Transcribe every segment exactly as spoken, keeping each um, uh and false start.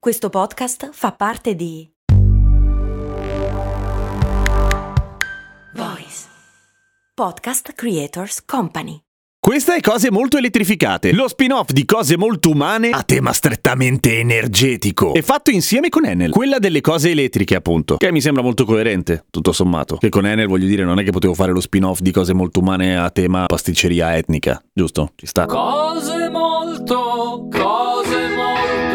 Questo podcast fa parte di Voice Podcast Creators Company. Questa è Cose Molto Elettrificate, lo spin-off di Cose Molto Umane a tema strettamente energetico e fatto insieme con Enel, quella delle cose elettriche appunto, che mi sembra molto coerente, tutto sommato. Che con Enel, voglio dire, non è che potevo fare lo spin-off di Cose Molto Umane a tema pasticceria etnica, giusto? Ci sta. Cose molto, cose molto.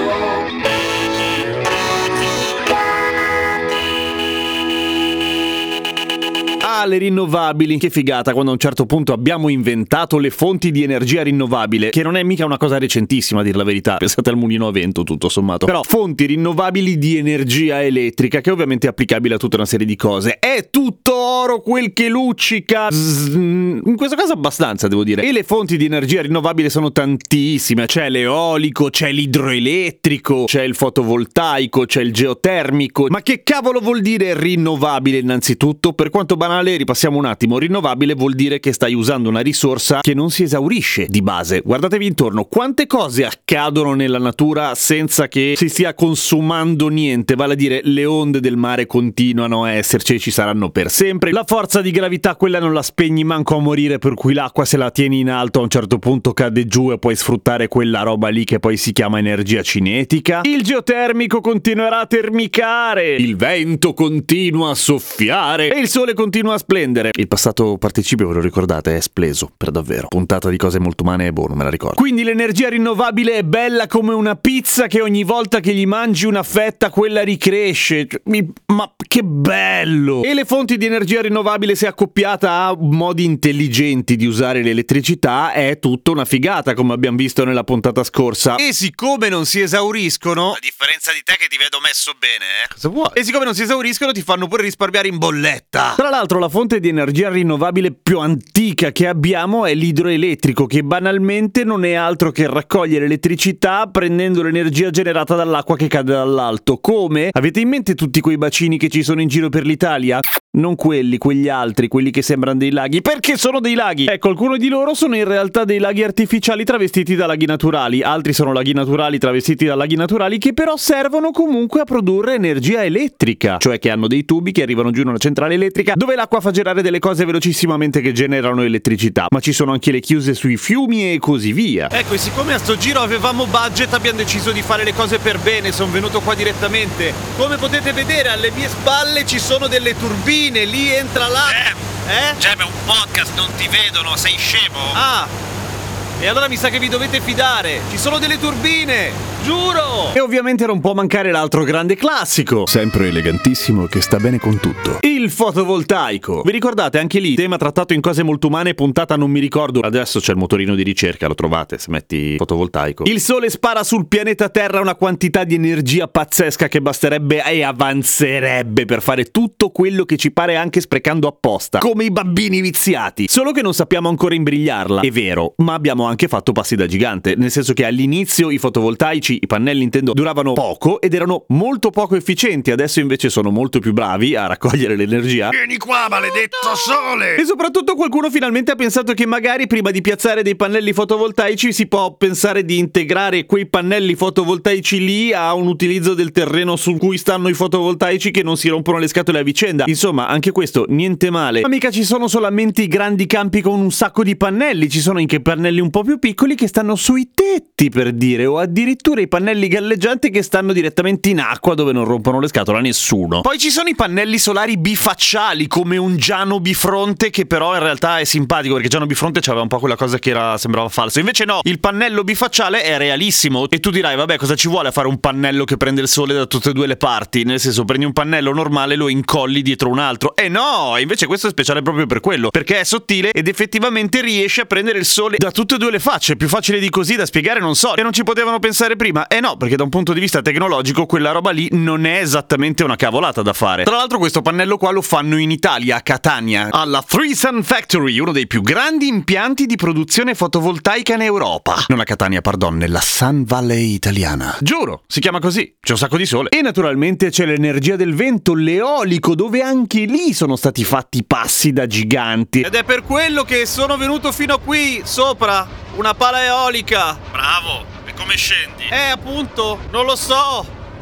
Ah, le rinnovabili, che figata quando a un certo punto abbiamo inventato le fonti di energia rinnovabile, che non è mica una cosa recentissima a dir la verità, pensate al mulino a vento tutto sommato, però fonti rinnovabili di energia elettrica, che ovviamente è applicabile a tutta una serie di cose. È tutto oro quel che luccica, Zzz, in questo caso abbastanza devo dire, e le fonti di energia rinnovabile sono tantissime, c'è l'eolico, c'è l'idroelettrico, c'è il fotovoltaico, c'è il geotermico. Ma che cavolo vuol dire rinnovabile innanzitutto? Per quanto banale, ripassiamo un attimo. Rinnovabile vuol dire che stai usando una risorsa che non si esaurisce di base. Guardatevi intorno, quante cose accadono nella natura senza che si stia consumando niente, vale a dire le onde del mare continuano a esserci e ci saranno per sempre, la forza di gravità quella non la spegni manco a morire, per cui l'acqua se la tieni in alto a un certo punto cade giù e puoi sfruttare quella roba lì che poi si chiama energia cinetica, il geotermico continuerà a termicare, il vento continua a soffiare e il sole continua a splendere. Il passato participio, ve lo ricordate, è spleso, per davvero. Puntata di Cose Molto Umane e boh, non me la ricordo. Quindi l'energia rinnovabile è bella come una pizza che ogni volta che gli mangi una fetta quella ricresce. Mi... Ma che bello! E le fonti di energia rinnovabile, se accoppiata a modi intelligenti di usare l'elettricità, è tutta una figata, come abbiamo visto nella puntata scorsa. E siccome non si esauriscono, a differenza di te che ti vedo messo bene, eh? Cosa vuoi? E siccome non si esauriscono, ti fanno pure risparmiare in bolletta. Tra l'altro, la fonte di energia rinnovabile più antica che abbiamo è l'idroelettrico, che banalmente non è altro che raccogliere elettricità prendendo l'energia generata dall'acqua che cade dall'alto. Come? Avete in mente tutti quei bacini che ci sono in giro per l'Italia? Non quelli, quegli altri, quelli che sembrano dei laghi, perché sono dei laghi! Ecco, alcuni di loro sono in realtà dei laghi artificiali travestiti da laghi naturali, altri sono laghi naturali travestiti da laghi naturali, che però servono comunque a produrre energia elettrica, cioè che hanno dei tubi che arrivano giù in una centrale elettrica dove l'acqua fa girare delle cose velocissimamente che generano elettricità, ma ci sono anche le chiuse sui fiumi e così via. Ecco, e siccome a sto giro avevamo budget, abbiamo deciso di fare le cose per bene, sono venuto qua direttamente. Come potete vedere, alle mie spalle ci sono delle turbine, lì entra là. Eh? Eh? Cioè, è un podcast, non ti vedono, sei scemo? Ah! E allora mi sa che vi dovete fidare, ci sono delle turbine, giuro! E ovviamente non può mancare l'altro grande classico, sempre elegantissimo, che sta bene con tutto, il fotovoltaico. Vi ricordate anche lì, tema trattato in Cose Molto Umane, puntata non mi ricordo, adesso c'è il motorino di ricerca, lo trovate se metti fotovoltaico. Il sole spara sul pianeta Terra una quantità di energia pazzesca che basterebbe e avanzerebbe per fare tutto quello che ci pare, anche sprecando apposta, come i bambini viziati, solo che non sappiamo ancora imbrigliarla. È vero, ma abbiamo anche fatto passi da gigante, nel senso che all'inizio i fotovoltaici, i pannelli intendo, duravano poco ed erano molto poco efficienti, adesso invece sono molto più bravi a raccogliere l'energia. Vieni qua, maledetto sole! E soprattutto qualcuno finalmente ha pensato che magari prima di piazzare dei pannelli fotovoltaici si può pensare di integrare quei pannelli fotovoltaici lì a un utilizzo del terreno su cui stanno i fotovoltaici, che non si rompono le scatole a vicenda. Insomma, anche questo niente male. Ma mica ci sono solamente i grandi campi con un sacco di pannelli, ci sono anche pannelli un po' più piccoli che stanno sui tetti, per dire, o addirittura i pannelli galleggianti che stanno direttamente in acqua dove non rompono le scatole a nessuno. Poi ci sono i pannelli solari bifacciali, come un Giano bifronte, che però in realtà è simpatico, perché Giano bifronte c'aveva un po' quella cosa che era, sembrava falso. Invece no, il pannello bifacciale è realissimo. E tu dirai, vabbè, cosa ci vuole a fare un pannello che prende il sole da tutte e due le parti? Nel senso, prendi un pannello normale e lo incolli dietro un altro. E no, invece questo è speciale proprio per quello, perché è sottile ed effettivamente riesce a prendere il sole da tutte e due le facce. Più facile di così da spiegare non so. E non ci potevano pensare prima? Eh no, perché da un punto di vista tecnologico quella roba lì non è esattamente una cavolata da fare. Tra l'altro questo pannello qua lo fanno in Italia, a Catania, alla Three Sun Factory, uno dei più grandi impianti di produzione fotovoltaica in Europa. Non a Catania, pardon, nella Sun Valley italiana. Giuro, si chiama così, c'è un sacco di sole. E naturalmente c'è l'energia del vento, l'eolico, dove anche lì sono stati fatti passi da giganti. Ed è per quello che sono venuto fino qui, sopra, una pala eolica. Bravo, e come scendi? Eh, appunto, non lo so.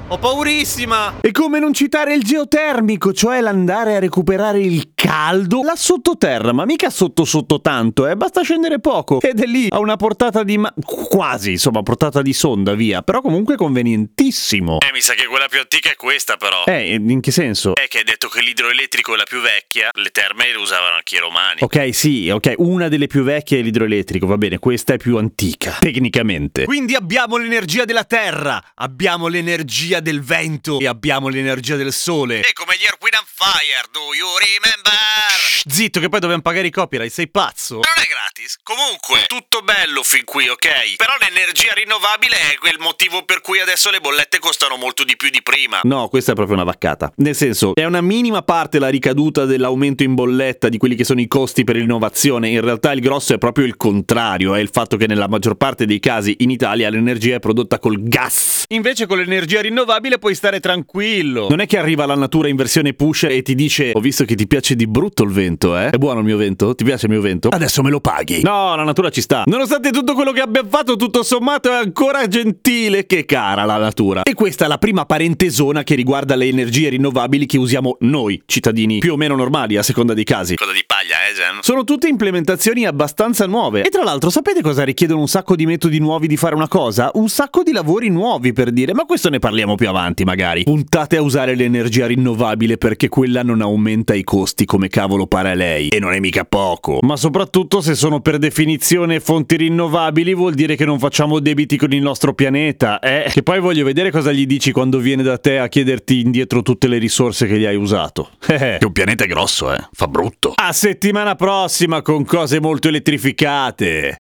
Ho paurissima! E come non citare il geotermico, cioè l'andare a recuperare il caldo là sottoterra, ma mica sotto sotto tanto, eh, basta scendere poco. Ed è lì a una portata di ma... quasi, insomma, portata di sonda, via. Però comunque convenientissimo. Eh, mi sa che quella più antica è questa, però. Eh, in che senso? È che hai detto che l'idroelettrico è la più vecchia, le terme le usavano anche i romani. Ok, sì, ok, una delle più vecchie è l'idroelettrico, va bene, questa è più antica, tecnicamente. Quindi abbiamo l'energia della terra, abbiamo l'energia del vento e abbiamo l'energia del sole. E come gli Earth, Wind and Fire, do you remember? Shh, zitto, che poi dobbiamo pagare i copyright, sei pazzo? Non è gratis. Comunque, tutto bello fin qui, ok? Però l'energia rinnovabile è quel motivo per cui adesso le bollette costano molto di più di prima. No, questa è proprio una vaccata. Nel senso, è una minima parte la ricaduta dell'aumento in bolletta di quelli che sono i costi per l'innovazione. In realtà il grosso è proprio il contrario, è il fatto che nella maggior parte dei casi in Italia l'energia è prodotta col gas. Invece con l'energia rinnovabile puoi stare tranquillo. Non è che arriva la natura in versione push e ti dice: ho visto che ti piace di brutto il vento, eh? È buono il mio vento? Ti piace il mio vento? Adesso me lo paghi. No, la natura ci sta. Nonostante tutto quello che abbiamo fatto, tutto sommato è ancora gentile che cara la natura. E questa è la prima parentesona che riguarda le energie rinnovabili che usiamo noi, cittadini più o meno normali a seconda dei casi. Coda di paglia, eh, Gen? Sono tutte implementazioni abbastanza nuove. E tra l'altro, sapete cosa richiedono un sacco di metodi nuovi di fare una cosa? Un sacco di lavori nuovi, per dire, ma questo ne parliamo più avanti magari. Puntate a usare l'energia rinnovabile perché quella non aumenta i costi come cavolo pare lei. E non è mica poco. Ma soprattutto se sono per definizione fonti rinnovabili vuol dire che non facciamo debiti con il nostro pianeta, eh? Che poi voglio vedere cosa gli dici quando viene da te a chiederti indietro tutte le risorse che gli hai usato. Che un pianeta è grosso, eh? Fa brutto. A settimana prossima con cose molto elettrificate.